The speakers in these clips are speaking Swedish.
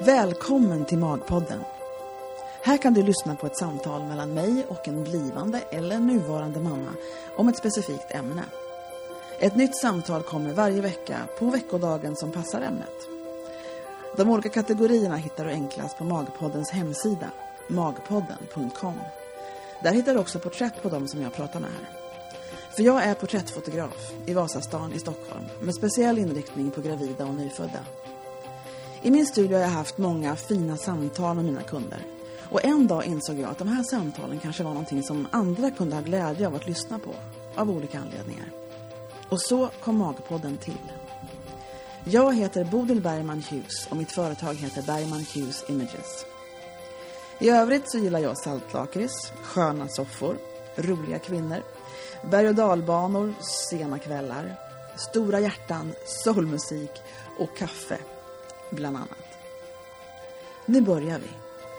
Välkommen till Magpodden. Här kan du lyssna på ett samtal mellan mig och en blivande eller nuvarande mamma om ett specifikt ämne. Ett nytt samtal kommer varje vecka på veckodagen som passar ämnet. De olika kategorierna hittar du enklast på Magpoddens hemsida, magpodden.com. Där hittar du också porträtt på dem som jag pratar med här. För jag är porträttfotograf i Vasastan i Stockholm med speciell inriktning på gravida och nyfödda. I min studio har jag haft många fina samtal med mina kunder. Och en dag insåg jag att de här samtalen kanske var någonting som andra kunde ha glädje av att lyssna på, av olika anledningar. Och så kom Magpodden till. Jag heter Bodil Bergman Hughes och mitt företag heter Bergman Hughes Images. I övrigt så gillar jag saltlakrits, sköna soffor, roliga kvinnor, berg- och dalbanor, sena kvällar, stora hjärtan, soulmusik och kaffe, bland annat. Nu börjar vi.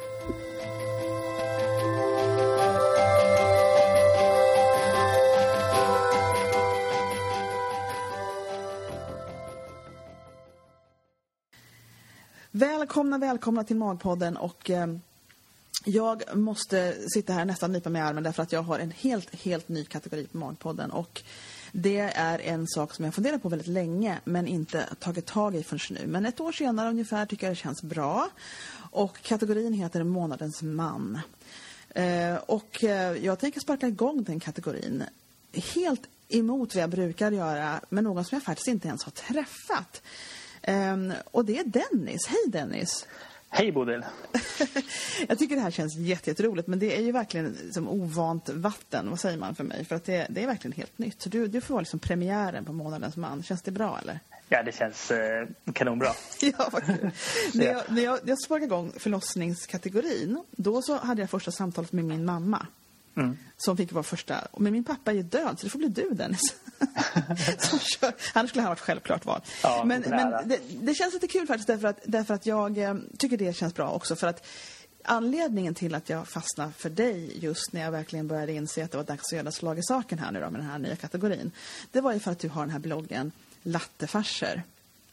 Välkomna till Magpodden och jag måste sitta här nästan nypa med armen därför att jag har en helt ny kategori på Magpodden och det är en sak som jag funderat på väldigt länge men inte tagit tag i förrän nu. Men ett år senare ungefär tycker jag det känns bra och kategorin heter Månadens man. Och jag tänker sparka igång den kategorin helt emot vad jag brukar göra med någon som jag faktiskt inte ens har träffat. Och det är Dennis. Hej Dennis. Hej Bodil. Jag tycker det här känns jätteroligt men det är ju verkligen som ovant vatten, vad säger man för mig? För att det är verkligen helt nytt. Så du får vara liksom premiären på Månadens man. Känns det bra eller? Ja, det känns kanonbra. Ja, vad kul. När jag sparkade igång förlossningskategorin, då så hade jag första samtalet med min mamma. Som fick vara första. Men min pappa är ju död så det får bli du Dennis. Annars skulle han varit självklart val. Ja, men det känns lite kul faktiskt därför att jag tycker det känns bra också. För att anledningen till att jag fastnade för dig just när jag verkligen började inse att det var dags att göra slag i saken här nu då med den här nya kategorin. Det var ju för att du har den här bloggen Lattefarser.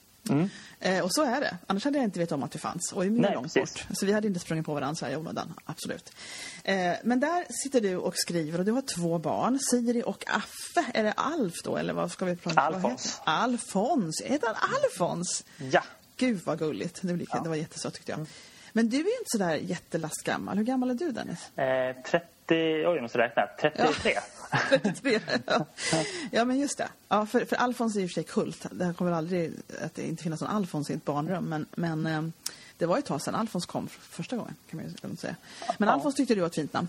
Och så är det. Annars hade jag inte vet om att du fanns. Och är långt bort. Så vi hade inte sprungit på varandra så här i onödan. Absolut. Men där sitter du och skriver. Och du har 2 barn. Siri och Affe. Är det Alf då? Eller vad ska vi prata om? Alfons. Alfons. Heter han Alfons? Ja. Gud vad gulligt. Det var jättesött tyckte jag. Men du är ju inte sådär jättelast gammal. Hur gammal är du Dennis? 30... Oj, jag måste räkna. 33. Ja. 33, ja. Ja, men just det. Ja, för Alfons är ju för sig kult. Det kommer väl aldrig att det inte finns någon Alfons i ett barnrum. Men det var ju ett tag sedan Alfons kom första gången, kan man ju säga. Men ja. Alfons tyckte du var ett fint namn.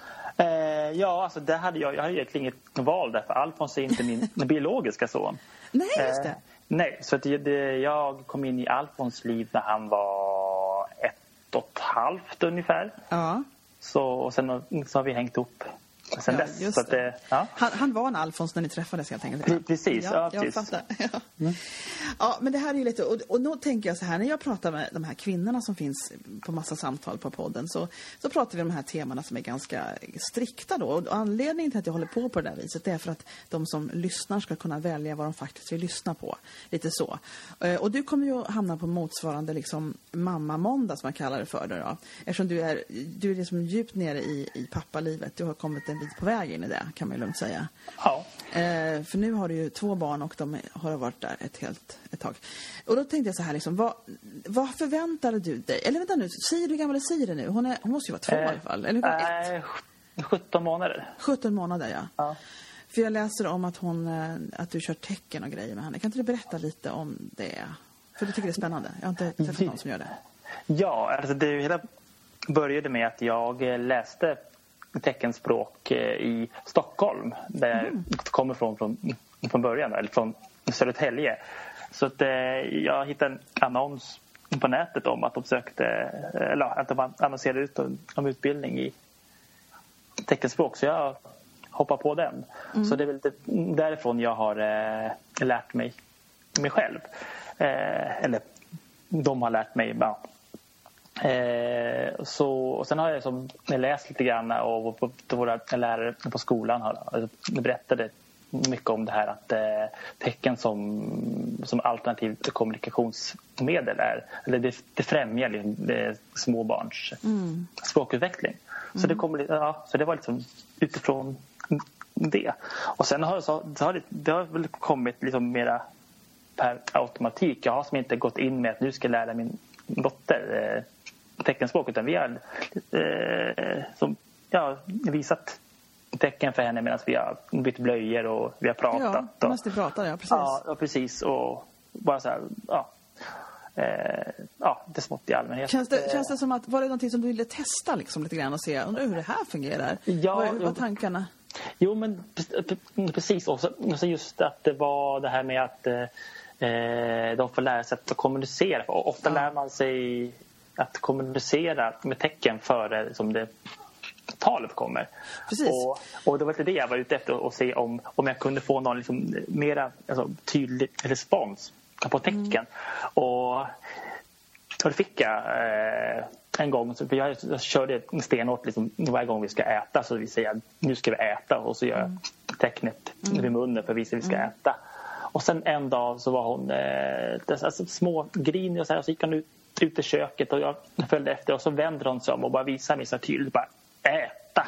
Ja, alltså det hade jag hade egentligen inget val där. För Alfons är inte min biologiska son. Nej, just det. Nej, så att jag kom in i Alfons liv när han var 1,5 ungefär. Ja. Och sen så har vi hängt upp sen dess. Så att han var en Alfons när ni träffades helt enkelt. Precis, ja, jag fattar. Ja. Ja, men det här är ju lite... Och då tänker jag så här, när jag pratar med de här kvinnorna som finns på massa samtal på podden så pratar vi om de här temana som är ganska strikta då. Och anledningen till att jag håller på det där viset är för att de som lyssnar ska kunna välja vad de faktiskt vill lyssna på. Lite så. Och du kommer ju hamna på motsvarande liksom mamma-måndag som man kallar det för då. Eftersom du är liksom djupt nere i pappalivet. Du har kommit en bit på väg in i det, kan man ju lugnt säga. Ja. För nu har du ju 2 barn och de har varit där ett tag. Och då tänkte jag så här liksom, vad förväntade du dig? Eller vänta nu, säger du gammal eller säger det nu? Hon måste ju vara 2 i alla fall. Eller 17 månader. 17 månader, ja. För jag läser om att du kör tecken och grejer med henne. Kan inte du berätta lite om det? För du tycker det är spännande. Jag har inte träffat någon som gör det. Ja, alltså det hela började med att jag läste teckenspråk i Stockholm där jag kommer från början, eller från Södertälje. Så att jag hittade en annons på nätet om att de sökte, eller att de annonserade ut om utbildning i teckenspråk, så jag hoppade på den. Så det är väl lite därifrån jag har lärt mig själv, eller de har lärt mig. Och sen har jag läst lite grann och våra lärare på skolan berättade mycket om det här att tecken som alternativt kommunikationsmedel eller det främjar liksom, små barns språkutveckling. Så det var liksom utifrån det. Och sen har det har väl kommit liksom mera per automatik. Jag har som inte gått in med att nu ska jag lära min dotter teckenspråk, utan vi har visat tecken för henne medan vi har bytt blöjor och vi har pratat. Ja, måste prata, ja, precis. Ja, precis. Och bara så här, det är smått i allmänhet. Känns det som att, var det någonting som du ville testa liksom lite grann och se, undrar hur det här fungerar? Vad var tankarna? Jo, men precis. Och så just att det var det här med att de får lära sig att kommunicera. Och ofta lär man sig att kommunicera med tecken före som det talet kommer. Precis. Och det var det jag var ute efter, att se om jag kunde få någon liksom mera tydlig respons på tecken. Och det fick jag en gång. För jag körde stenhårt liksom, varje gång vi ska äta, så vi säger nu ska vi äta, och så gör jag tecknet vid munnen för att visa att vi ska äta. Och sen en dag så var hon små grinig och så gick hon ut i köket och jag följde efter, och så vänder hon sig om och bara visar mig så tydligt, bara äta.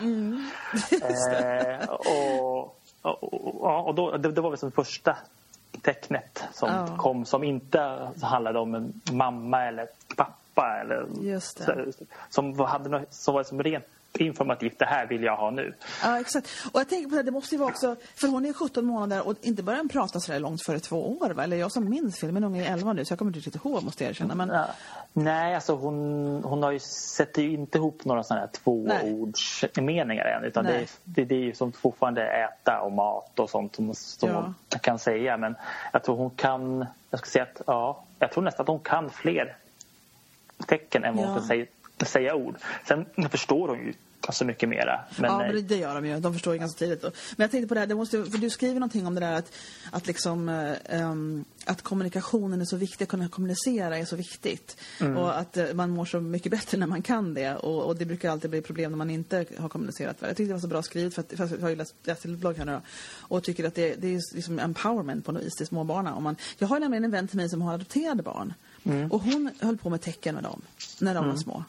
Och då, det var väl som första tecknet som kom, som inte handlade om en mamma eller pappa eller som var som rent informativt, det här vill jag ha nu. Ja, exakt. Och jag tänker på det måste ju vara också, för hon är 17 månader och inte börjar prata så där långt före 2 år, va? Eller jag som minns filmen, hon är 11 nu, så jag kommer inte riktigt ihåg, måste jag erkänna. Men... Nej, alltså hon har ju sätter ju inte ihop några sådana här 2-ordsmeningar än, utan det är ju som fortfarande äta och mat och sånt som hon kan säga, men jag tror hon kan, jag tror nästan att hon kan fler tecken än vad hon kan säga ord. Sen förstår hon ju så mycket mera. Men det gör de ju. De förstår ju ganska tidigt. Men jag tänkte på det här, för du skriver någonting om det där att liksom att kommunikationen är så viktig, att kunna kommunicera är så viktigt. Och att man mår så mycket bättre när man kan det. Och det brukar alltid bli problem när man inte har kommunicerat. Jag tyckte det var så bra skrivet, för jag har ju läst till blogg här nu, och tycker att det är liksom empowerment på något vis till små barn. Jag har nämligen en vän till mig som har adopterade barn. Och hon höll på med tecken med dem när de var små.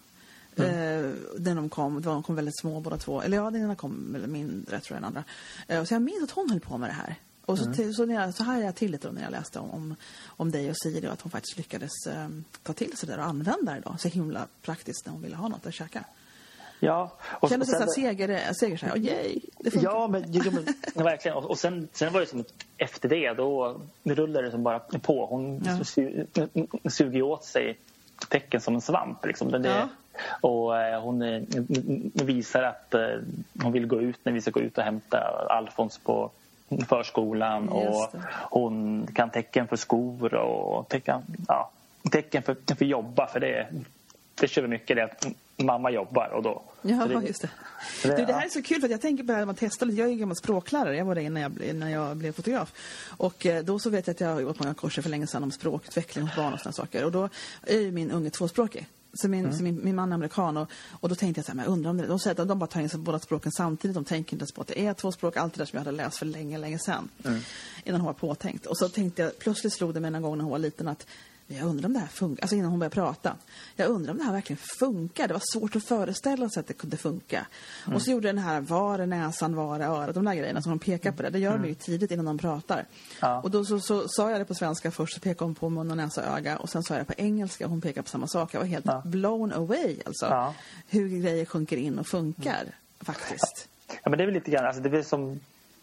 När de kom väldigt små båda två. Eller den ena kom mindre, tror jag, den andra. Så jag minns att hon höll på med det här. Och så här jag till lite när jag läste om dig och Siri, att hon faktiskt lyckades ta till sig det och använda det då. Så himla praktiskt när hon ville ha något att käka. Ja. Kändes det så att seger så här, yay, det funkar. Ja, men verkligen. Och sen var det som efter det, då rullade det som bara på. Hon suger åt sig tecken som en svamp liksom. Och hon visar att hon vill gå ut när vi ska gå ut och hämta Alfons på förskolan, och hon kan tecken för skor och tecken för jobba, för det kör mycket det att mamma jobbar, och då. Ja, just det. Det här är så kul, för att jag tänker på det här man testar lite. Jag är ju gammal språklärare, jag var det när jag blev fotograf. Och då så vet jag att jag har gått många kurser för länge sedan om språkutveckling hos barn och sådana saker. Och då är ju min unge tvåspråkig. Så min man är amerikan, och då tänkte jag så här, men jag undrar om det. De säger att de bara tar in sig båda språken samtidigt. De tänker inte på att det är 2 språk. Allt det där som jag hade läst för länge sedan. Innan hon var påtänkt. Och så tänkte jag, plötsligt slog det mig en gång när hon var liten, att jag undrar om det här funkar. Alltså innan hon började prata. Jag undrar om det här verkligen funkar. Det var svårt att föreställa sig att det kunde funka. Och så gjorde den här, var är näsan, var är örat. De där grejerna som de pekar på det. Det gör de ju tidigt innan de pratar. Och då så sa jag det på svenska först. Så pekade hon på mun och näsa och öga. Och sen sa jag det på engelska. Hon pekade på samma sak. Jag var helt blown away. Alltså. Hur grejer sjunker in och funkar faktiskt. Ja, men det är väl lite grann. Alltså, det är som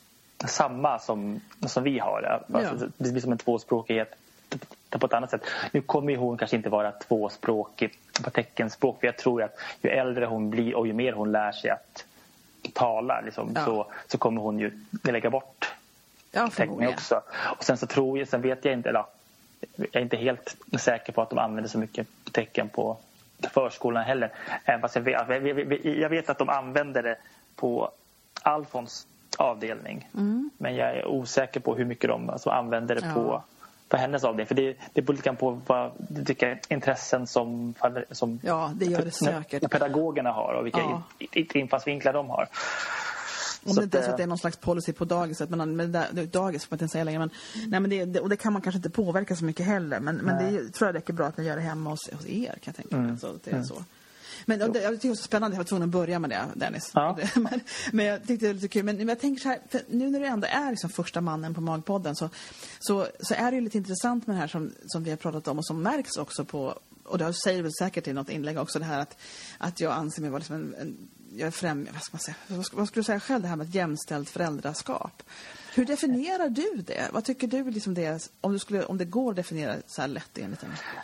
samma som vi har. Alltså, det blir som en tvåspråkighet på ett annat sätt. Nu kommer ju hon kanske inte vara tvåspråkig på teckenspråk, för jag tror att ju äldre hon blir och ju mer hon lär sig att tala liksom, så kommer hon ju lägga bort tecken också. Och sen så vet jag inte, jag är inte helt säker på att de använder så mycket tecken på förskolan heller. Fast jag vet att de använder det på Alfons avdelning. Men jag är osäker på hur mycket de använder det på hennes avdelning. För det beror lite på vad vilka intressen som det gör det säkert. Pedagogerna har och vilka infallsvinklar de har. Om det inte är så att det är någon slags policy på dagiset, men dagis får man inte säga längre, men nej, men det kan man kanske inte påverka så mycket heller, men det tror jag räcker bra att ni gör det hemma hos er, kan jag tänka mig. Så det är så. Men jag tycker det var så spännande, jag var tvungen att börja med det, Dennis. Ja. Men jag tyckte det var lite kul. Men jag tänker så här, för nu när du ändå är liksom första mannen på Magpodden, så är det ju lite intressant med det här som vi har pratat om och som märks också på, och det säger väl säkert i något inlägg också, det här att jag anser mig vara liksom jag är vad ska man säga, vad skulle du säga själv, det här med ett jämställt föräldraskap. Hur definierar du det? Vad tycker du liksom det, om det går att definiera så här lätt enligt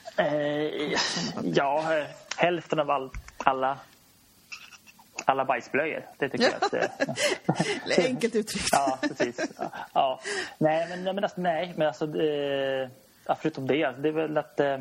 ja, hälften av alla bajsblöjor. Det tycker jag att det är enkelt uttryckt. Ja, precis. Ja. Nej, men alltså förutom det är väl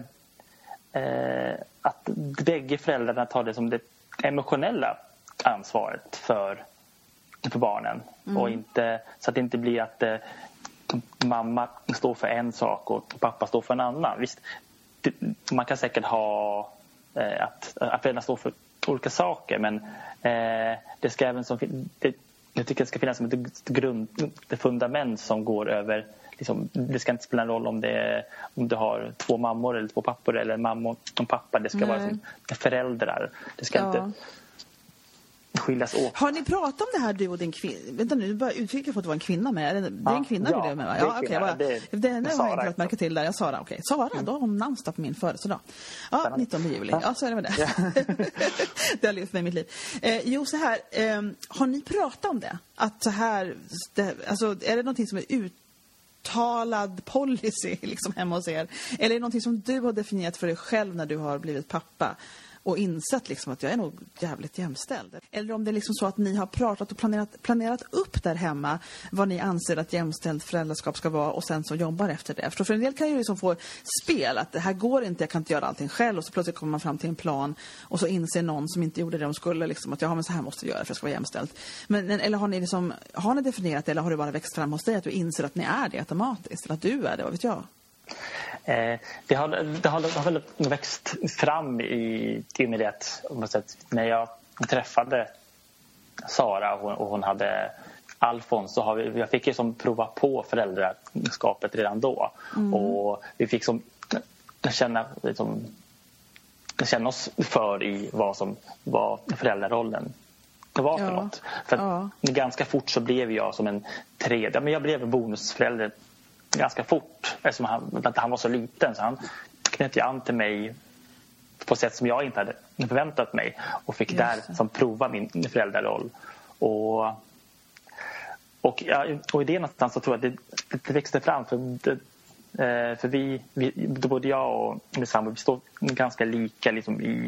att bägge föräldrarna tar det som det emotionella ansvaret för barnen, och inte så att det inte blir att mamma står för en sak och pappa står för en annan. Visst, man kan säkert ha att föräldrarna står för olika saker, men det ska även jag tycker det ska finnas som ett fundament som går över liksom, det ska inte spela någon roll om du har 2 mammor eller 2 pappor eller mamma och pappa. Det ska vara som föräldrar. Det ska inte skiljas åt. Har ni pratat om det här, du och din kvinna? Vänta nu, du bara uttrycker för att det var en kvinna med. Det är en kvinna du är med, va? Ja, okej. Det har jag inte lagt märke till där. Jag Sara, okej. Sara, då har hon namnsdag på min födelsedag. Ja, 19 juli. Ja, så är det med det. Det har levt med mitt liv. Jo, så här. Har ni pratat om det? Att så här, alltså, är det någonting som är uttalad policy liksom hemma hos er? Eller är det någonting som du har definierat för dig själv när du har blivit pappa? Och insett liksom att jag är nog jävligt jämställd. Eller om det är liksom så att ni har pratat och planerat upp där hemma vad ni anser att jämställd föräldraskap ska vara, och sen så jobbar efter det. För en del kan ju liksom få spel att det här går inte, jag kan inte göra allting själv, och så plötsligt kommer man fram till en plan och så inser någon som inte gjorde det de skulle liksom att men så här måste vi göra för att det ska vara jämställt. Men eller har ni definierat det, eller har det bara växt fram hos dig att du inser att ni är det automatiskt, eller att du är det, vad vet jag? Det har väl växt fram i med det, när jag träffade Sara och hon hade Alfons, så jag fick ju som prova på föräldraskapet redan då, och vi fick som känna oss för i vad föräldrarollen var för något. För ganska fort så blev jag som en tredje, men jag blev en bonusförälder ganska fort, eftersom han var så liten, så han knöt an till mig på ett sätt som jag inte hade förväntat mig, och fick där som prova min föräldraroll, och i det någonstans så tror jag att det växte fram, för vi både jag och min sambo, vi står ganska lika liksom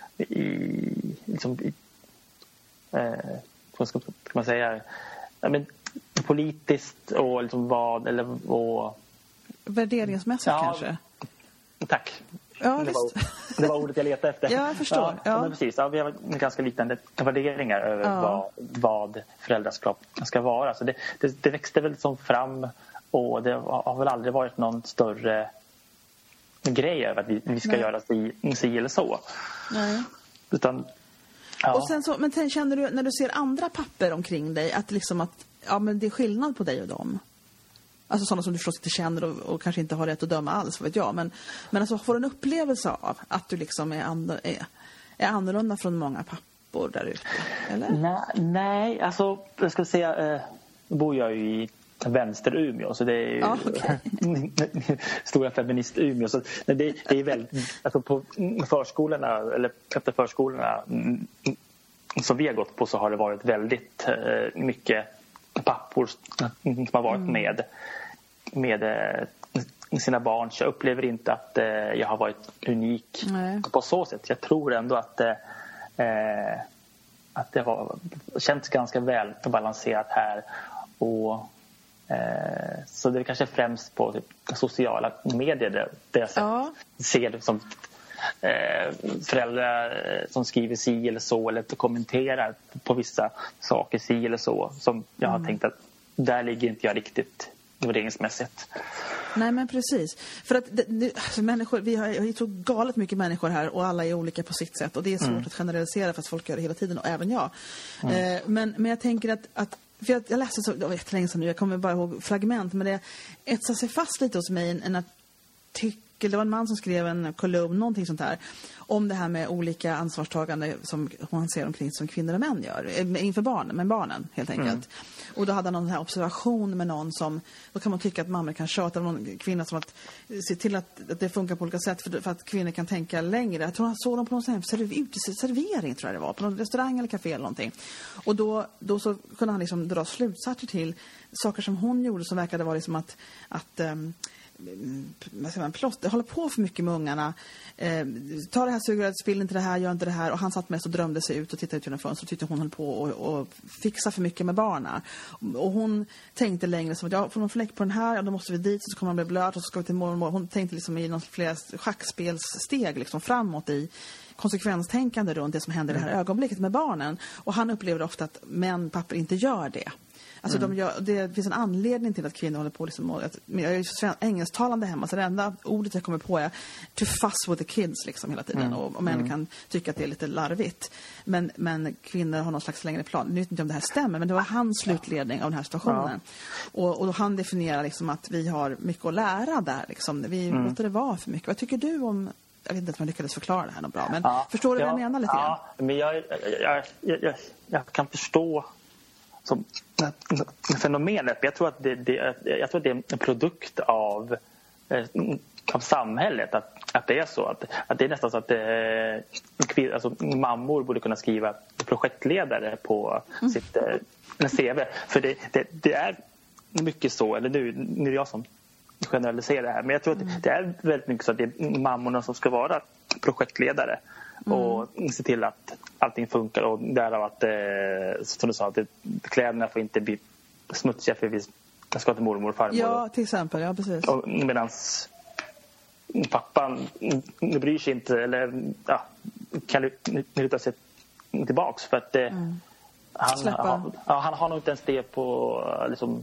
vad ska man säga, men politiskt och liksom värderingsmässigt kanske. Tack. Ja, det var ordet jag letade efter. Ja, jag förstår. Ja. Men precis. Vi har ganska liknande värderingar över vad föräldraskap ska vara. Så det växte väl som fram, och det har väl aldrig varit någon större grej över att vi ska göra si eller så. Nej. Utan och sen så, men känner du när du ser andra papper omkring dig att liksom att men det är skillnad på dig och dem? Alltså sådana som du förstås inte känner och kanske inte har rätt att döma alls, vet jag. Men alltså får du en upplevelse av att du liksom är annorlunda från många pappor där ute, eller? Nej, alltså jag ska säga, bor jag ju i vänster-Umeå, så det är ju stora feminist-Umeå, så det är väldigt, alltså på förskolorna eller efter förskolorna som vi har gått på, så har det varit väldigt mycket pappor som har varit med sina barn. Så jag upplever inte att jag har varit unik på så sätt. Jag tror ändå att det har känts ganska väl balanserat här, och så det är kanske främst på sociala medier där jag ser det som föräldrar som skriver si eller så, eller kommenterar på vissa saker si eller så, som jag har tänkt att där ligger inte jag riktigt värderingsmässigt. Nej, men precis. För att alltså människor, vi har ju så galet mycket människor här, och alla är olika på sitt sätt, och det är svårt att generalisera, fast folk gör det hela tiden, och även jag. Men jag tänker att för jag läste så, det var jättelänge sedan nu, jag kommer bara ihåg fragment, men det etsar sig fast lite hos mig en artikel, det var en man som skrev en kolumn, någonting sånt här, om det här med olika ansvarstagande som man ser omkring som kvinnor och män gör, inför barnen helt enkelt. Och då hade han någon här observation med någon som, då kan man tycka att mammor kan tjata om någon kvinna som att se till att det funkar på olika sätt för att kvinnor kan tänka längre. Jag tror han såg dem på någon sån här servering, tror jag det var, på någon restaurang eller café eller någonting. Och då så kunde han liksom dra slutsatser till saker som hon gjorde som verkade vara liksom att plott, håller på för mycket med ungarna, ta det här sugröret, spill inte det här, gör inte det här, och han satt mest och drömde sig ut och tittade ut genom fönstret och tyckte hon höll på och fixa för mycket med barnen, och hon tänkte längre som att jag får någon fläck på den här, då måste vi dit, så kommer han bli blöt och så ska vi till mormor. Hon tänkte liksom i någon flera schackspelssteg liksom framåt i konsekvenstänkande runt det som händer i det här ögonblicket med barnen, och han upplever ofta att pappor inte gör det. Alltså det finns en anledning till att kvinnor håller på liksom, jag är ju engelsktalande hemma, så det enda ordet jag kommer på är to fuss with the kids liksom hela tiden, och män kan tycka att det är lite larvigt, men kvinnor har någon slags längre plan. Nu vet inte om det här stämmer, men det var hans slutledning av den här situationen. Och han definierar liksom att vi har mycket att lära där liksom. Vi låter det vara för mycket. Vad tycker du om, jag vet inte om jag lyckades förklara det här något bra, men förstår du vad jag menar lite grann? Ja, men jag kan förstå som fenomenet. Jag tror att det är en produkt av samhället, att det är så, att det är nästan så att alltså, mammor borde kunna skriva projektledare på sitt CV, för det är mycket så, eller nu är det jag som generaliserar det här, men jag tror att det är väldigt mycket så att det är mammorna som ska vara projektledare och se till att allting funkar, och därav att som du sa, att kläderna får inte bli smutsiga för vi ska till mormor och farmor. Ja, till exempel, ja precis. Medans pappan bryr sig inte, eller kan luta sig tillbaks, för att han har nog inte ens det på liksom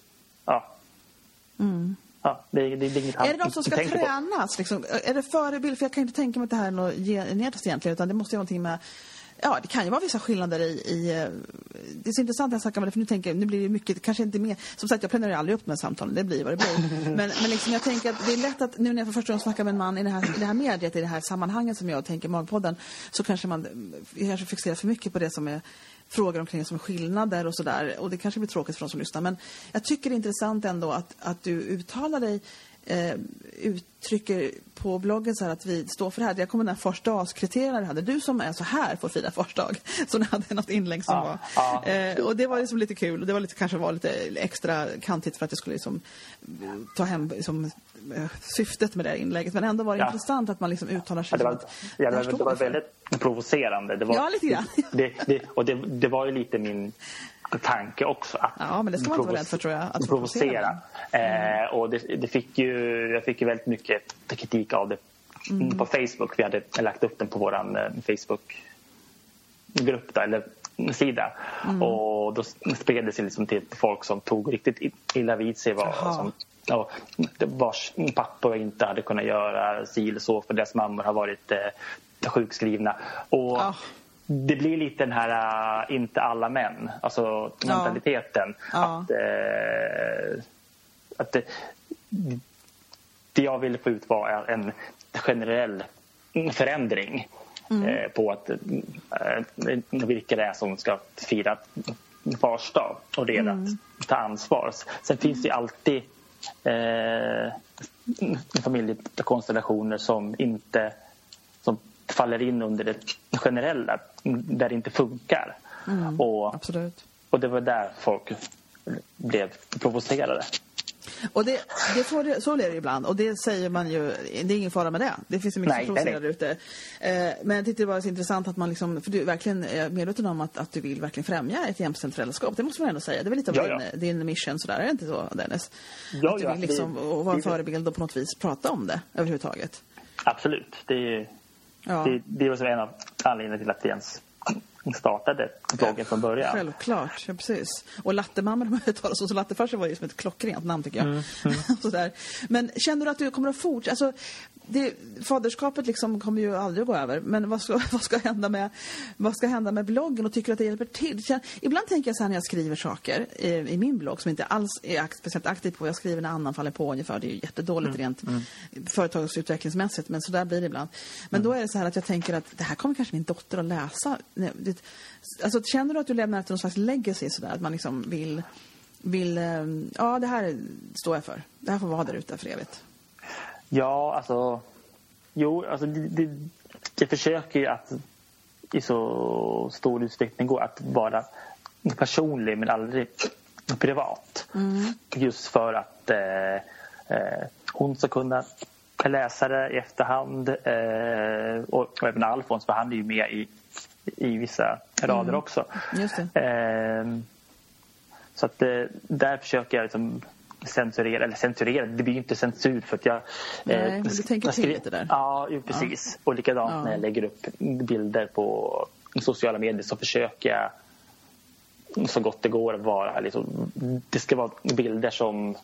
det är inget han. Är det de som ska tränas liksom? Är det förebild? För jag kan inte tänka mig att det här är något genetiskt egentligen, utan det måste ju vara någonting med, det kan ju vara vissa skillnader i det är så intressant att jag snackar med det, för nu blir det mycket, kanske inte mer, som sagt jag planerar aldrig upp med samtalen, det blir vad det blir, men liksom jag tänker att det är lätt att nu när jag för första gången snackar med en man i det här mediet, i det här sammanhanget som jag tänker Magpodden, så kanske man fixerar för mycket på det som är frågor omkring som skillnader och sådär, och det kanske blir tråkigt för de som lyssnar, men jag tycker det är intressant ändå att du uttalar dig, uttrycker på bloggen så här att vi står för det här. Jag kommer den här farsdagskriterierna hade du som är så här får fira farsdag, så ni hade något inlägg som var och det var liksom lite kul, och det var lite, kanske var lite extra kantigt för att det skulle liksom ta hem liksom syftet med det här inlägget, men ändå var det intressant att man liksom uttalar sig. Det var väldigt provocerande. Det var, lite grann. Det var ju lite min tanke också att men det ska man inte vara rädd för, tror jag, att provocera. Och jag fick ju väldigt mycket kritik av det på Facebook. Vi hade lagt upp den på våran Facebook-grupp där, eller sida. Och då spred det sig liksom till folk som tog riktigt illa vid sig vars pappa inte hade kunnat göra si eller så, för deras mammor har varit sjukskrivna. Och det blir lite den här inte alla män, alltså mentaliteten, att det jag ville få ut var en generell förändring på att vilka det är som ska fira farsdag, och det är att ta ansvar. Sen finns det alltid familjekonstellationer som faller in under det generella, där det inte funkar. Absolut. Och det var där folk blev provocerade. Och så är det ibland, och det säger man ju, det är ingen fara med det. Det finns ju mycket som provocerar ute. Men jag tyckte det var så intressant att man liksom, för du verkligen är medveten om att du vill verkligen främja ett jämställt föräldraskap. Det måste man ändå säga. Det är väl lite av din mission sådär, är det inte så, Dennis? Att du vill liksom vara en förebild och på något vis prata om det överhuvudtaget. Absolut. Det var så en av anledningarna till att vi ens startade bloggen från början. Självklart, ja, precis. Och Lattemammor har jag talat så Lattefarsen var ju som ett klockrent namn, tycker jag. Sådär. Men känner du att du kommer att fortsätta? Alltså, faderskapet liksom kommer ju aldrig att gå över. Men vad ska hända med bloggen, och tycker att det hjälper till? Ibland tänker jag så här när jag skriver saker i min blogg som inte alls är speciellt aktiv på. Jag skriver när annan faller på ungefär. Det är ju jättedåligt rent företagsutvecklingsmässigt, men så där blir det ibland. Men då är det så här att jag tänker att det här kommer kanske min dotter att läsa. Alltså, känner du att du lämnar efter någon slags legacy sådär? Att man liksom vill det här står jag för. Det här får vara där ute för evigt. Ja, alltså... Jo, alltså jag försöker ju att i så stor utsträckning gå att vara personlig men aldrig privat. Just för att hon ska kunna läsa det i efterhand. Och även Alfons, för han är ju med i vissa rader också. Just det. Så att där försöker jag liksom censurera, det blir ju inte censur för att jag... Nej, men du tänker till lite där. Ja, precis. Och likadant när jag lägger upp bilder på sociala medier så försöker jag så gott det går att vara liksom, det ska vara bilder som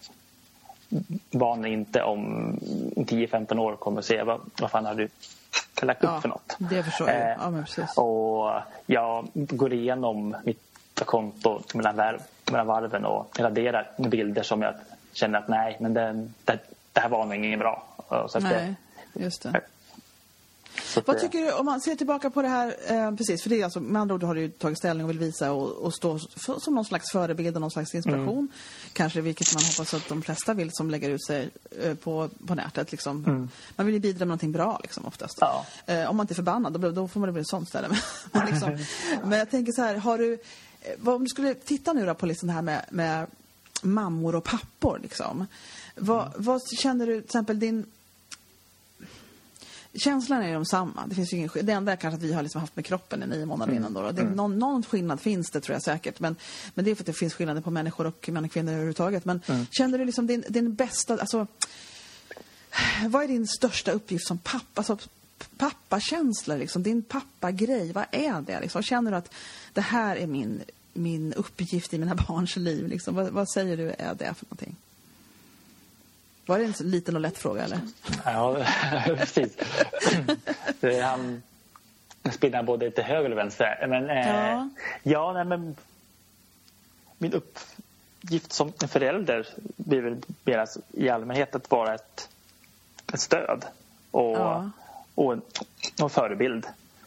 barnen inte om 10-15 år kommer att se vad fan har du lagt upp för något. Det förstår jag. Ja, men precis. Och jag går igenom mitt konto mellan varven och raderar bilder som jag känner att nej, men det här var nog ingen bra. Så att nej, just det. Vad tycker du, om man ser tillbaka på det här, precis, för det är alltså, med andra ord har du tagit ställning och vill visa och stå som någon slags förebild och någon slags inspiration, kanske, vilket man hoppas att de flesta vill som lägger ut sig på nätet liksom. Man vill ju bidra med någonting bra liksom, oftast. Ja. Om man inte är förbannad, då får man det bli ett sånt ställe. Men, liksom, men jag tänker så här, om du skulle titta nu då på liksom det här med mammor och pappor liksom. Vad känner du, till exempel känslan är ju de samma. Det finns ju det enda är kanske att vi har liksom haft med kroppen i 9 månader innan då. Någon skillnad finns det, tror jag säkert. Men det är för att det finns skillnader på människor och män och kvinnor överhuvudtaget. Men känner du liksom din bästa, alltså, vad är din största uppgift som pappa? Alltså, pappakänsla liksom, din pappagrej, vad är det liksom? Känner du att det här är min uppgift i mina barns liv liksom? Vad säger du är det för någonting? Var det en liten och lätt fråga, eller? Ja, precis. Han spinnar både till höger och vänster. Men, men min uppgift som en förälder blir väl mer i allmänhet att vara ett stöd och en förebild.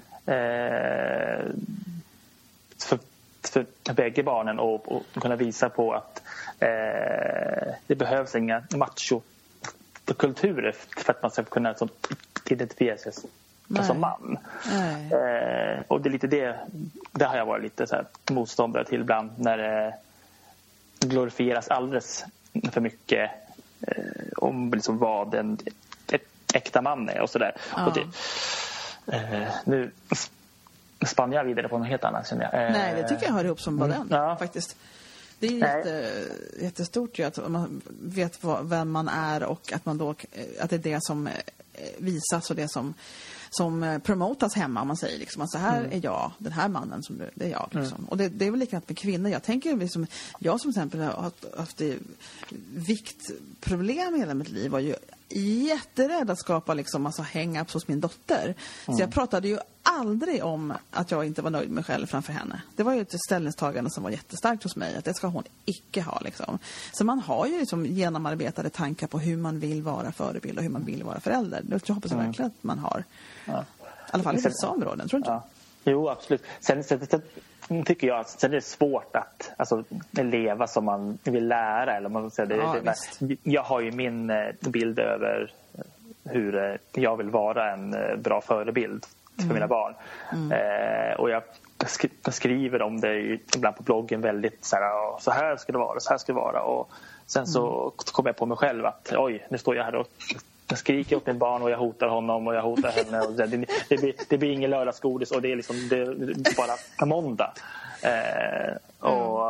För bägge barnen och kunna visa på att det behövs inga machokulturer för att man ska kunna identifiera sig som man. Och det är lite det har jag varit lite så här motståndare till ibland, när det glorifieras alldeles för mycket om liksom vad en äkta man är och sådär. Och nu spann jag vidare på något helt annat, känner jag. Nej, det tycker jag hör ihop som bara den, faktiskt. Det är ju jättestort ju att man vet vem man är, och att man då, att det är det som visas och det som promotas hemma, om man säger liksom att så här är jag, den här mannen som det är jag liksom. Och det är väl likadant med kvinnor. Jag tänker liksom, jag som exempel har haft viktproblem i hela mitt liv, var ju jätterädd att skapa liksom massa hang-ups hos min dotter. Så jag pratade ju aldrig om att jag inte var nöjd med mig själv framför henne. Det var ju ett ställningstagande som var jättestarkt hos mig, att det ska hon icke ha liksom. Så man har ju liksom genomarbetade tankar på hur man vill vara förebild och hur man vill vara förälder. Det hoppas jag verkligen att man har. I alla fall i vissa områden, tror du inte? Jo, absolut. Sen tycker jag att sen är det svårt att leva som man vill lära, eller man säga jag har ju min bild över hur jag vill vara en bra förebild för mina barn. Och jag skriver om det ibland på bloggen väldigt så här ska det vara, så här ska det vara, och sen så kommer jag på mig själv att oj, nu står jag här och jag skriker åt min barn och jag hotar honom och jag hotar henne, och det blir ingen lördagsgodis, och det är liksom det är bara måndag. Och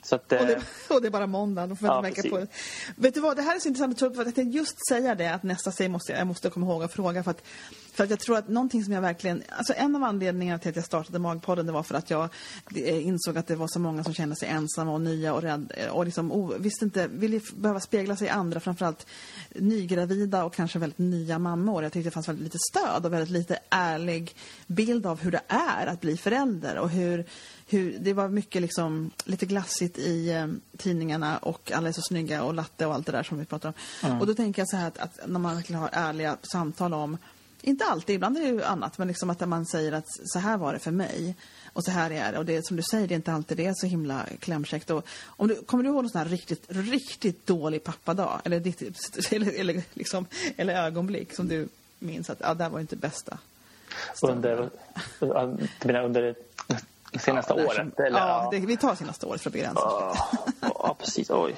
Så att, och det är bara måndag, då får jag inte märka på det. Vet du vad, det här är så intressant, för att jag tänkte just säga det, att nästa steg jag måste komma ihåg att fråga, för att jag tror att någonting som jag verkligen, alltså en av anledningarna till att jag startade Magpodden, det var för att jag insåg att det var så många som kände sig ensamma och nya och rädda och liksom visste inte, ville behöva spegla sig i andra, framförallt nygravida och kanske väldigt nya mammor. Jag tyckte det fanns väldigt lite stöd och väldigt lite ärlig bild av hur det är att bli förälder, och hur det var mycket liksom lite glassigt i tidningarna, och alla är så snygga och latte och allt det där som vi pratar om. Och då tänker jag så här att när man verkligen har ärliga samtal om, inte alltid, ibland är det ju annat, men liksom att man säger att så här var det för mig och så här är det, och det som du säger, det är inte alltid det är så himla klämkäckt. Och kommer du ihåg någon sån här riktigt dålig pappadag eller ögonblick som du minns att det var inte bästa under det senaste året? Eller? Vi tar senaste året för att begränsa. Ja, precis. Oj.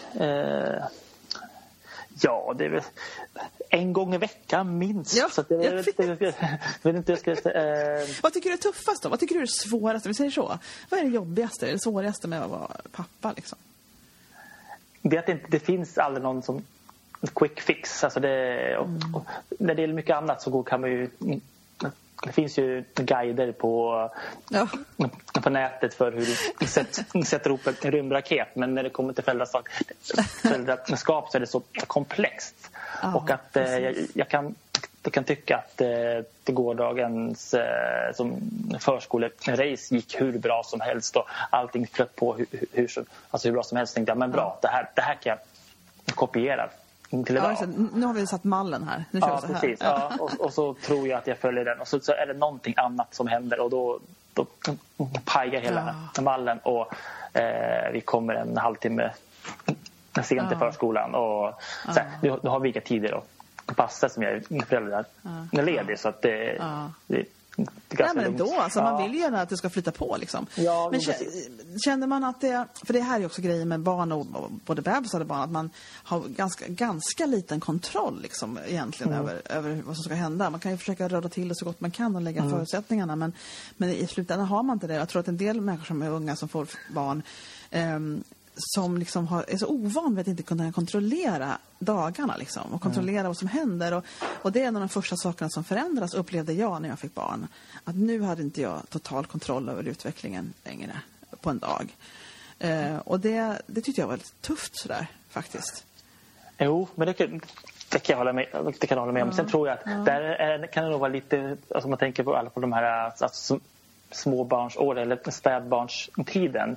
Ja, det är väl en gång i veckan minst. Ja, så att det vet inte, jag ska Vad tycker du är tuffast då? Vad tycker du är svårast? Vi säger så. Vad är det jobbigaste, det svåraste med att vara pappa liksom? Det att det finns aldrig någon som quick fix. Alltså och när det gäller mycket annat så kan man ju. Det finns ju guider på nätet för hur du sätter ihop en rymdraket. Men när det kommer till föräldraskap så är det så komplext. Och att jag kan tycka att gårdagens förskolerace gick hur bra som helst. Och allting flöt på hur bra som helst. Tänkte jag, men bra, det här kan jag kopiera. Nu har vi satt mallen här. Nu kör vi så här. Precis. Ja, och så tror jag att jag följer den. Och så är det någonting annat som händer. Och då pajar hela mallen. Och vi kommer en halvtimme sent till förskolan. Och så här, då har vi vilka tider att passa som jag är föräldrar ledig. Så att det nej, men ändå, alltså, man vill ju gärna att det ska flytta på liksom. Ja, men känner man att det, för det här är också grejer med barn och både bebisar och barn, att man har ganska liten kontroll liksom, egentligen över vad som ska hända. Man kan ju försöka röra till det så gott man kan och lägga förutsättningarna, men i slutändan har man inte det. Jag tror att en del människor som är unga som får barn som liksom är så ovan vid att inte kunna kontrollera dagarna liksom, och kontrollera vad som händer, och det är en av de första sakerna som förändras, upplevde jag när jag fick barn, att nu hade inte jag total kontroll över utvecklingen längre på en dag, och det tyckte jag var lite tufft sådär faktiskt. Jo, men det kan jag hålla med om. Sen tror jag att där kan det nog vara lite, alltså man tänker på alla på de här alltså, småbarnsår eller spädbarnstiden.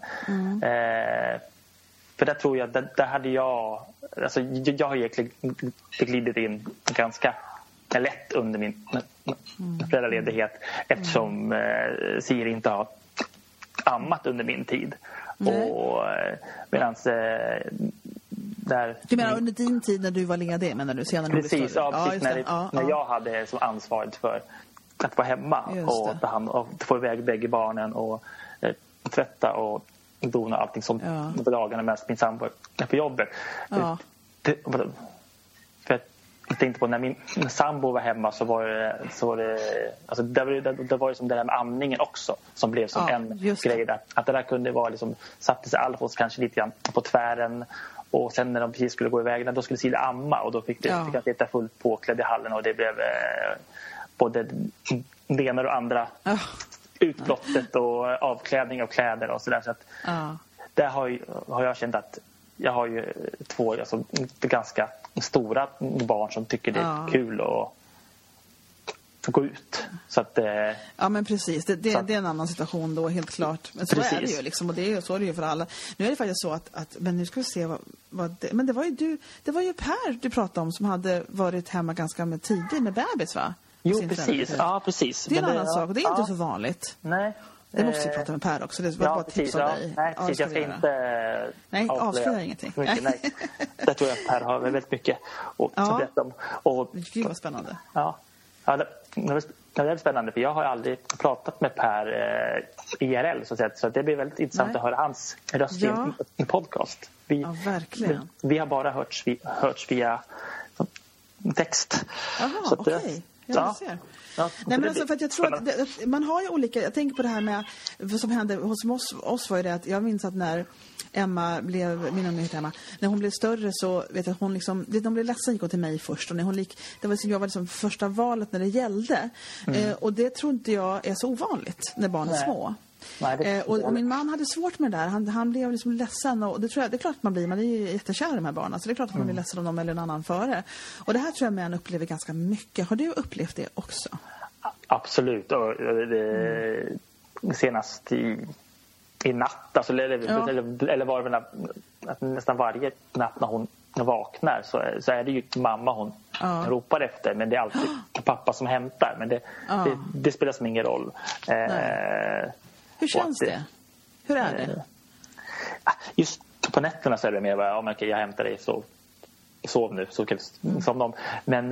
För där tror jag, där hade jag har egentligen glidit in ganska lätt under min föräldraledighet, eftersom Siri inte har ammat under min tid. Och medans där. Du menar under din tid när du var ledig, men när du senare precis, precis när jag hade som ansvaret för att vara hemma och ta hand och få iväg bägge barnen och tvätta och dona allting som på dagarna med min sambo på jobbet. För jag tänkte på när min sambo var hemma så var det alltså det var ju som det där med amningen också som blev som en grej att det där kunde vara liksom, satte sig Alfons kanske lite grann på tvären, och sen när de precis skulle gå iväg då skulle Sila amma, och då fick jag sitta fullt påklädd i hallen, och det blev både det ena och andra utblottet och avklädning av kläder och sådär, så att där har jag känt att jag har ju två alltså, ganska stora barn som tycker det är kul att gå ut. Så att, ja, men precis. Det är en annan situation då, helt klart. Men så precis. Är det ju liksom, och så är det ju för alla. Nu är det faktiskt så att men nu ska vi se men det var ju Per du pratade om som hade varit hemma ganska tidigt med bebis, va? Jo, precis. Ja, precis. Det är en annan sak, och det är inte så vanligt. Nej. Det måste vi prata med Per också. Det var bara tips av dig. Nej, precis. Jag ska inte avslöja ingenting. Nej. Det tror jag att Per har väldigt mycket att berätta om. Och, gud vad spännande. Ja, det är väldigt spännande, för jag har aldrig pratat med Per IRL så det blir väldigt intressant att höra hans röst i en podcast. Verkligen. Vi har bara hörts via text. Jaha, okej. Jag ser. Ja, Nej, men alltså, för att jag tror att man har ju olika... Jag tänker på det här med... Vad som hände hos oss var ju det att jag minns att när Emma blev... Min unge heter Emma. När hon blev större så vet jag att hon liksom... De blev ledsen, gick hon till mig först. Och när hon det var liksom, jag var liksom första valet när det gällde. Och det tror inte jag är så ovanligt när barn är små. Nej, och min man hade svårt med det där. Han blev liksom ledsen. Och det tror jag, det är klart att man blir. Man är ju jättekär i de här barnen. Så det är klart att man blir ledsen om dem eller en annan före. Och det här tror jag män upplever ganska mycket. Har du upplevt det också? Absolut. Och senast i natt. Alltså, eller var det väl att nästan varje natt när hon vaknar så är det ju mamma hon ropar efter. Men det är alltid pappa som hämtar. Men det spelar som ingen roll. Hur känns det? Hur är det? Just på nätterna så är det mer jag hämtar dig, sov nu, så kan vi somna om. Men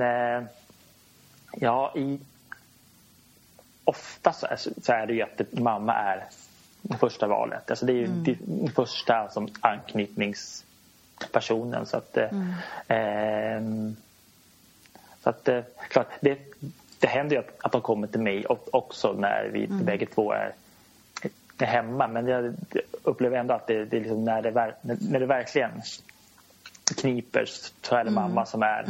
ofta så är det ju att mamma är det första valet. Alltså det är ju det första som anknytningspersonen. Så att klart, det händer ju att de kommer till mig också när vi bägge två är hemma, men jag upplever ändå att det är liksom när det verkligen kniper så är det mamma som är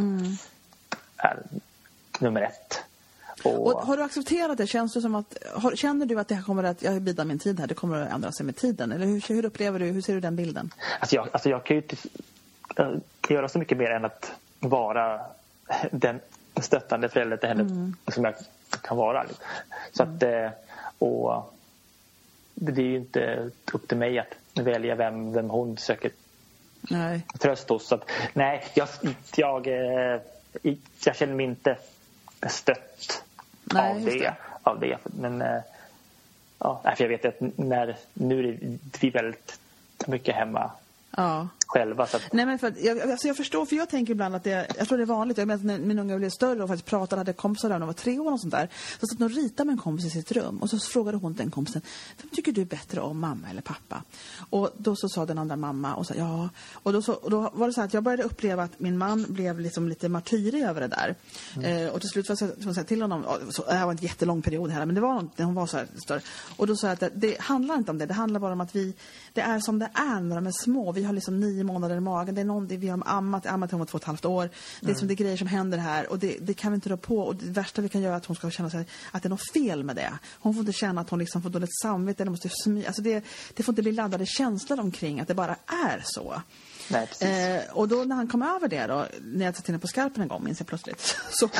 nummer ett. Och har du accepterat det? Känner du att det här kommer att jag bidrar min tid här, det kommer att ändra sig med tiden, eller hur upplever du, hur ser du den bilden? Alltså jag kan ju inte göra så mycket mer än att vara den stöttande föräldern till henne som jag kan vara. Så att och det är ju inte upp till mig att välja vem hon söker tröst hos. Så att, nej, jag känner mig inte stött av det. Men för jag vet att nu är vi väldigt mycket hemma själva. Så att... Nej, men jag förstår, för jag tänker ibland att jag tror det är vanligt. Jag menar, när min unga blev större och faktiskt pratade, hade kompisar där när de var 3 år och sånt där. Så satt de och ritade med en kompis i sitt rum. Och så frågade hon den kompisen: vem tycker du bättre om, mamma eller pappa? Och då så sa den andra mamma och sa ja. Och då var det så att jag började uppleva att min man blev liksom lite martyrig över det där. Och till slut var jag säga till honom, det här var en jättelång period här, men det var något, hon var så här större. Och då sa jag att det handlar inte om det. Det handlar bara om att det är som det är när de är små. Vi har liksom 9 månader i magen. Det är någonting, vi har ammat till 2,5 år. Det är som det är grejer som händer här. Och det kan vi inte rå på. Och det värsta vi kan göra är att hon ska känna sig att det är något fel med det. Hon får inte känna att hon liksom får dåligt samvete. Eller måste alltså det får inte bli laddade känslor omkring att det bara är så. Nej, och då när han kom över det då, när jag satt inne på skarpen en gång, minns jag plötsligt,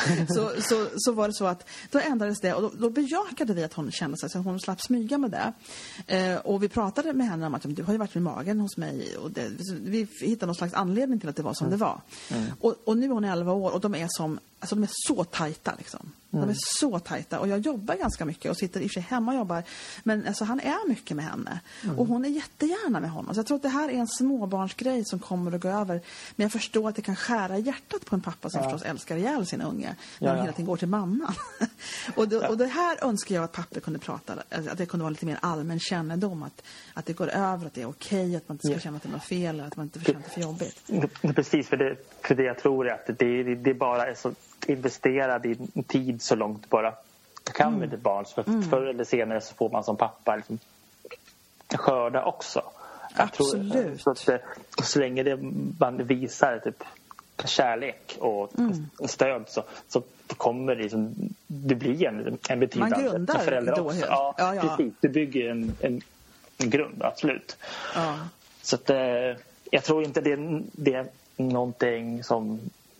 så var det så att då ändrades det, och då bejakade vi att hon kände sig, så hon slapp smyga med det. Och vi pratade med henne om att du har ju varit med magen hos mig, och vi hittade någon slags anledning till att det var som det var. Och nu är hon 11 år och de är så tajta liksom. De är så tajta, och jag jobbar ganska mycket och sitter i och för sig hemma och jobbar, men alltså, han är mycket med henne och hon är jättegärna med honom. Så jag tror att det här är en småbarnsgrej som kommer att gå över, men jag förstår att det kan skära hjärtat på en pappa som förstås älskar ihjäl sin unge när han hela tiden går till mamma. och det här önskar jag att pappa kunde prata, att det kunde vara lite mer allmän kännedom, att det går över, att det är okej, att man inte ska känna att det är något fel, att man inte får känna att det är för jobbigt. Precis, för det jag tror är att det bara är så investerad i tid så långt bara kan med ett barn. Så förr eller senare så får man som pappa liksom skörda också. Absolut. Så länge man visar typ kärlek och stöd så kommer det bli en betydande man grundar förälder då, också. Ja, precis. Det bygger en grund, absolut. Ja. Så att, jag tror inte det är någonting som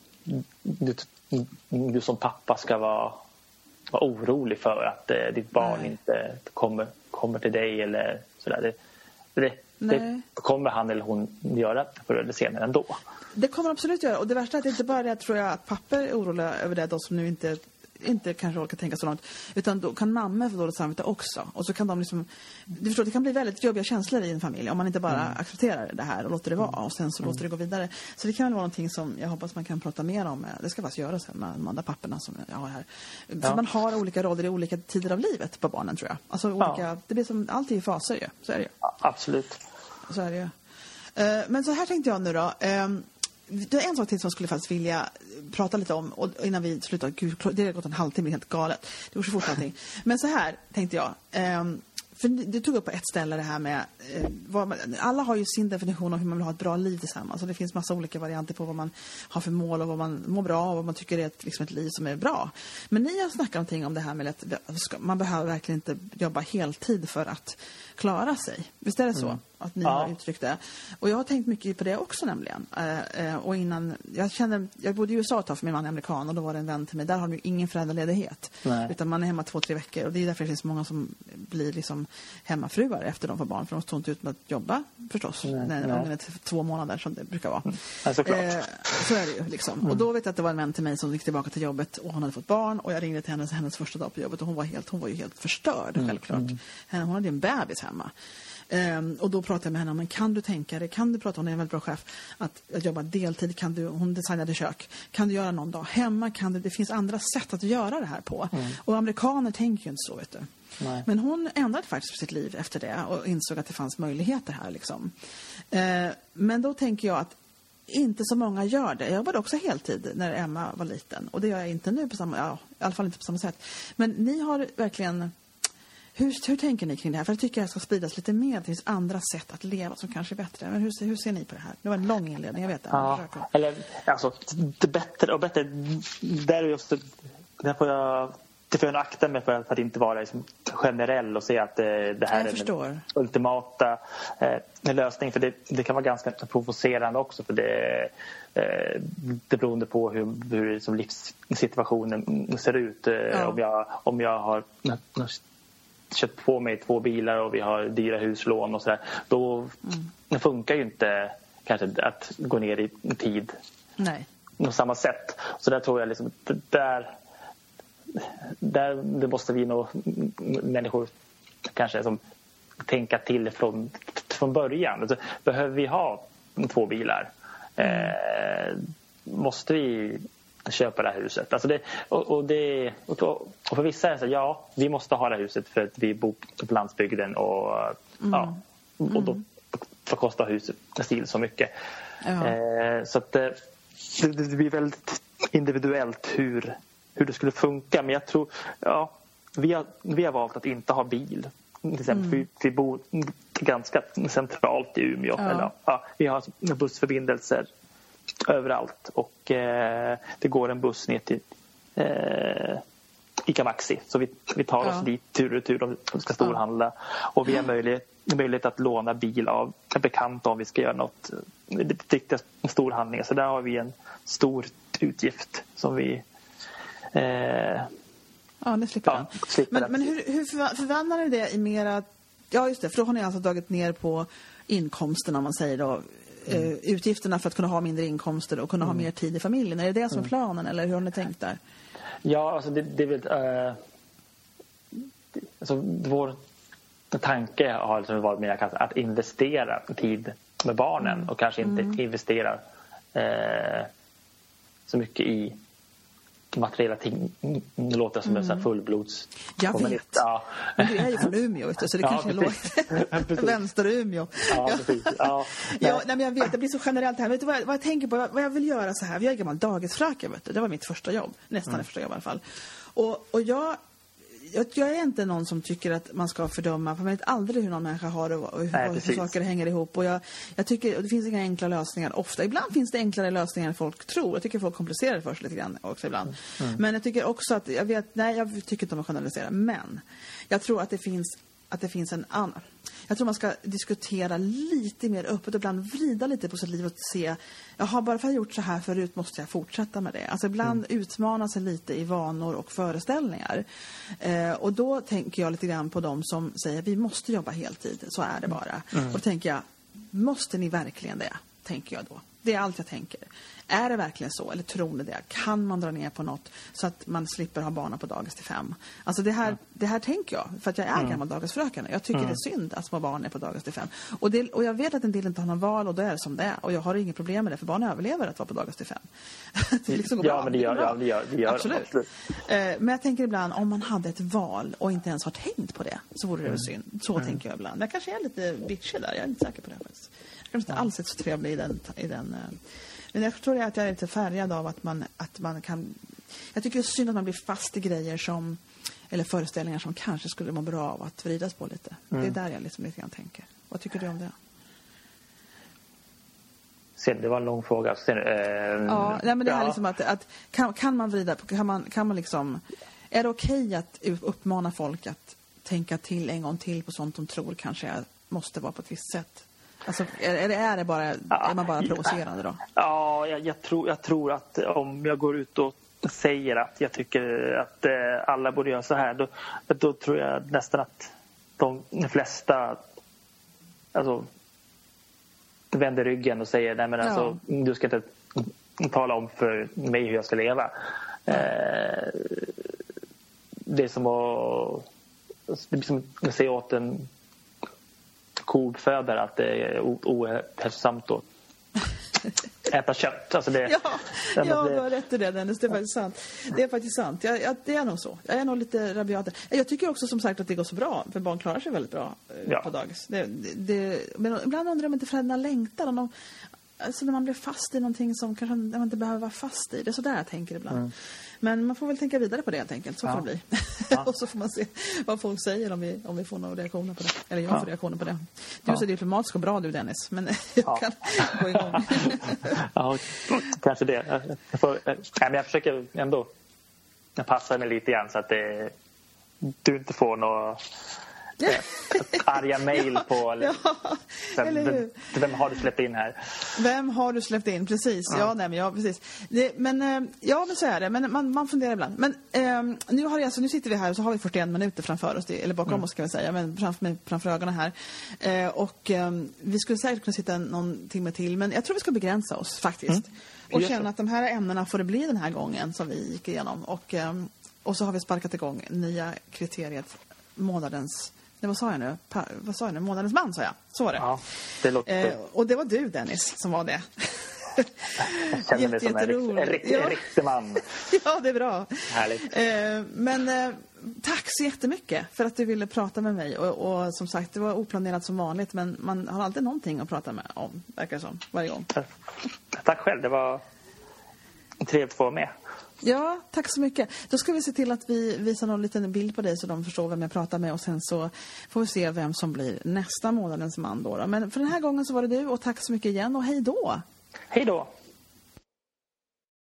du som pappa ska vara orolig för, att ditt barn inte kommer till dig eller sådär. Det kommer han eller hon göra förr eller senare ändå. Det kommer absolut göra. Och det värsta är att det inte bara det, tror jag, att papper är oroliga över det, de som nu inte kanske orkar tänka så långt, utan då kan mamma få dåligt samvete också. Och så kan de liksom, du förstår, det kan bli väldigt jobbiga känslor i en familj om man inte bara accepterar det här och låter det vara, och sen så låter det gå vidare. Så det kan väl vara någonting som jag hoppas man kan prata mer om. Det ska faktiskt göras med de andra papporna som jag har här. För man har olika roller i olika tider av livet på barnen, tror jag. Alltså det blir som alltid i faser ju. Så är det ju. Absolut. Så är det ju. Men så här tänkte jag nu då. det är en sak till som jag skulle faktiskt vilja prata lite om och innan vi slutar. Gud, det har gått en halvtimme, helt galet. Det går så fort allting. Men så här tänkte jag. För du tog upp på ett ställe det här med alla har ju sin definition av hur man vill ha ett bra liv tillsammans. Och det finns massa olika varianter på vad man har för mål och vad man mår bra och vad man tycker är ett liv som är bra. Men ni har snackat någonting om det här med att man behöver verkligen inte jobba heltid för att klara sig. Visst är det så? Att ni har uttryckt det. Och jag har tänkt mycket på det också nämligen. Och innan, jag bodde i USA ett tag för min man är amerikan och då var det en vän till mig. Där har de ju ingen föräldraledighet. Nej. Utan man är hemma 2-3 veckor. Och det är därför det finns många som blir liksom hemmafruar efter de får barn. För de står inte ut med att jobba förstås. När ungen är 2 månader som det brukar vara. Ja, såklart. Så är det ju liksom. Och då vet jag att det var en vän till mig som gick tillbaka till jobbet och hon hade fått barn. Och jag ringde till hennes första dag på jobbet och hon var ju helt förstörd självklart. Hon hade ju en bebis hemma. Och då pratade jag med henne om, men kan du tänka dig, hon är en väldigt bra chef, att jobba deltid, hon designade kök, kan du göra någon dag hemma, det finns andra sätt att göra det här på. Och amerikaner tänker ju inte så, vet du. Nej. Men hon ändrade faktiskt sitt liv efter det och insåg att det fanns möjligheter här liksom. Men då tänker jag att inte så många gör det. Jag jobbade också heltid när Emma var liten och det gör jag inte nu i alla fall inte på samma sätt. Men ni har verkligen... Hur tänker ni kring det här? För jag tycker att det ska spridas lite mer. Det finns andra sätt att leva som kanske är bättre. Men hur ser ni på det här? Det var en lång inledning, jag vet det. Ja, eller alltså, det bättre och bättre. Där är just där får jag akta mig för att inte vara liksom generell och se att det här är den ultimata lösningen. För det kan vara ganska provocerande också. För det beroende på hur som livssituationen ser ut. Om jag har köpt på mig 2 bilar och vi har dyra huslån och sådär, då funkar ju inte kanske att gå ner i tid. Nej. På samma sätt. Så där tror jag liksom det måste vi nog människor kanske som tänka till från början. Alltså, behöver vi ha 2 bilar? Måste vi köpa det här huset? Alltså och för vissa är det så, vi måste ha det här huset för att vi bor på landsbygden och då får kosta huset stil så mycket. Så att det blir väldigt individuellt hur det skulle funka. Men jag tror vi har valt att inte ha bil. Till exempel, vi bor ganska centralt i Umeå. Vi har bussförbindelser överallt och det går en buss ner till Ica Maxi, så vi tar oss dit tur och tur om vi ska storhandla och vi har möjlighet att låna bil av bekanta om vi ska göra något riktigt storhandling, så där har vi en stor utgift som vi det slipper men hur förvandlar ni det i mera, just det, för då har ni alltså dragit ner på inkomsten om man säger då, utgifterna för att kunna ha mindre inkomster och kunna ha mer tid i familjen. Är det som är planen eller hur har ni tänkt där? Ja, alltså det är väl alltså vår tanke har liksom varit mer att investera tid med barnen och kanske inte investera så mycket i materiella ting. Det låter som en fullblods. Jag vet. Men du är ju från Umeå, så det kanske låter vänster-Umeå. Men jag vet, det blir så generellt här. Vet du vad jag tänker på? Vad jag vill göra så här. Jag är gammal dagisfröken, vet du. Det var mitt första jobb. Nästan det första jobb i alla fall. Och jag är inte någon som tycker att man ska fördöma, för man vet aldrig hur någon människa har det och hur saker hänger ihop. Och jag tycker, och det finns inga enkla lösningar ofta. Ibland finns det enklare lösningar än folk tror. Jag tycker folk komplicerar det först lite grann också ibland. Men jag tycker också att, jag tycker inte om att generalisera. Men jag tror att det finns en annan. Jag tror man ska diskutera lite mer öppet och ibland vrida lite på sitt liv och se, bara för att jag har gjort så här förut måste jag fortsätta med det. Alltså ibland utmana sig lite i vanor och föreställningar. Och då tänker jag lite grann på dem som säger vi måste jobba heltid, så är det bara. Och då tänker jag, måste ni verkligen det? Tänker jag då. Det är allt jag tänker. Är det verkligen så? Eller tror ni det? Kan man dra ner på något så att man slipper ha barnen på dagis till 5? Alltså det här tänker jag. För att jag är gammal dagisfröken. Jag tycker det är synd att små barn är på dagis till 5. Och jag vet att en del inte har någon val och det är det som det är. Och jag har inget problem med det. För barn överlever att vara på dagis till 5. Det liksom går bra. Men det gör absolut. Men jag tänker ibland, om man hade ett val och inte ens har tänkt på det, så vore det väl synd. Så tänker jag ibland. Jag kanske är lite bitchig där. Jag är inte säker på det faktiskt. Jag kanske inte alls är så trevlig i den Men jag tror att jag är lite färgad av att man kan... Jag tycker det är synd att man blir fast i grejer som... Eller föreställningar som kanske skulle må bra av att vridas på lite. Det är där jag liksom lite grann tänker. Vad tycker du om det? Sen, det var en lång fråga. Sen, ja, nej, men det här liksom att kan man vrida på... Kan man liksom... Är det okej att uppmana folk att tänka till en gång till på sånt de tror kanske måste vara på ett visst sätt? Alltså, är man bara provocerande då? Ja, jag tror att om jag går ut och säger att jag tycker att alla borde göra så här, då tror jag nästan att de flesta alltså vänder ryggen och säger nej men alltså du ska inte tala om för mig hur jag ska leva. Det är som att säga åt en kouppfödare att det är ohälsosamt att äta kött. Alltså det, du har rätt i det, Dennis. Det är faktiskt sant. Det är faktiskt sant. Det är nog så. Jag är nog lite rabiat. Jag tycker också som sagt att det går så bra. För barn klarar sig väldigt bra på dagis. Men ibland undrar jag om inte föräldrarna längtar. Alltså när man blir fast i någonting som kanske man inte behöver vara fast i. Det är så där jag tänker ibland. Men man får väl tänka vidare på det helt enkelt. Så får det bli. Och så får man se vad folk säger om vi får några reaktioner på det. Eller jag får reaktioner på det. Du är så diplomatisk och bra du, Dennis. Men jag kan gå igång. Ja, kanske det. Jag försöker ändå passa mig lite grann så att du inte får några arga mejl på vem har du släppt in här? Vem har du släppt in? Precis. Precis. Men så är det. Men man funderar ibland. Men nu sitter vi här och så har vi 41 minuter framför oss, eller bakom oss ska vi säga, men framför ögonen här. Och vi skulle säkert kunna sitta någon timme till, men jag tror vi ska begränsa oss faktiskt. Och känna att de här ämnena får det bli den här gången som vi gick igenom. Och så har vi sparkat igång nya kriteriet månadens... Vad sa jag nu? Månadens man, sa jag. Så var det. Ja, det låter... och det var du, Dennis, som var det. Jag känner mig som en riktig man. Ja, det är bra. Härligt. Men tack så jättemycket för att du ville prata med mig. Och som sagt, det var oplanerat som vanligt. Men man har alltid någonting att prata med om, verkar det som, varje gång. Tack själv, det var trevligt att få med. Ja, tack så mycket. Då ska vi se till att vi visar någon liten bild på dig så de förstår vem jag pratar med. Och sen så får vi se vem som blir nästa månadens man då. Men för den här gången så var det du, och tack så mycket igen och hej då! Hej då!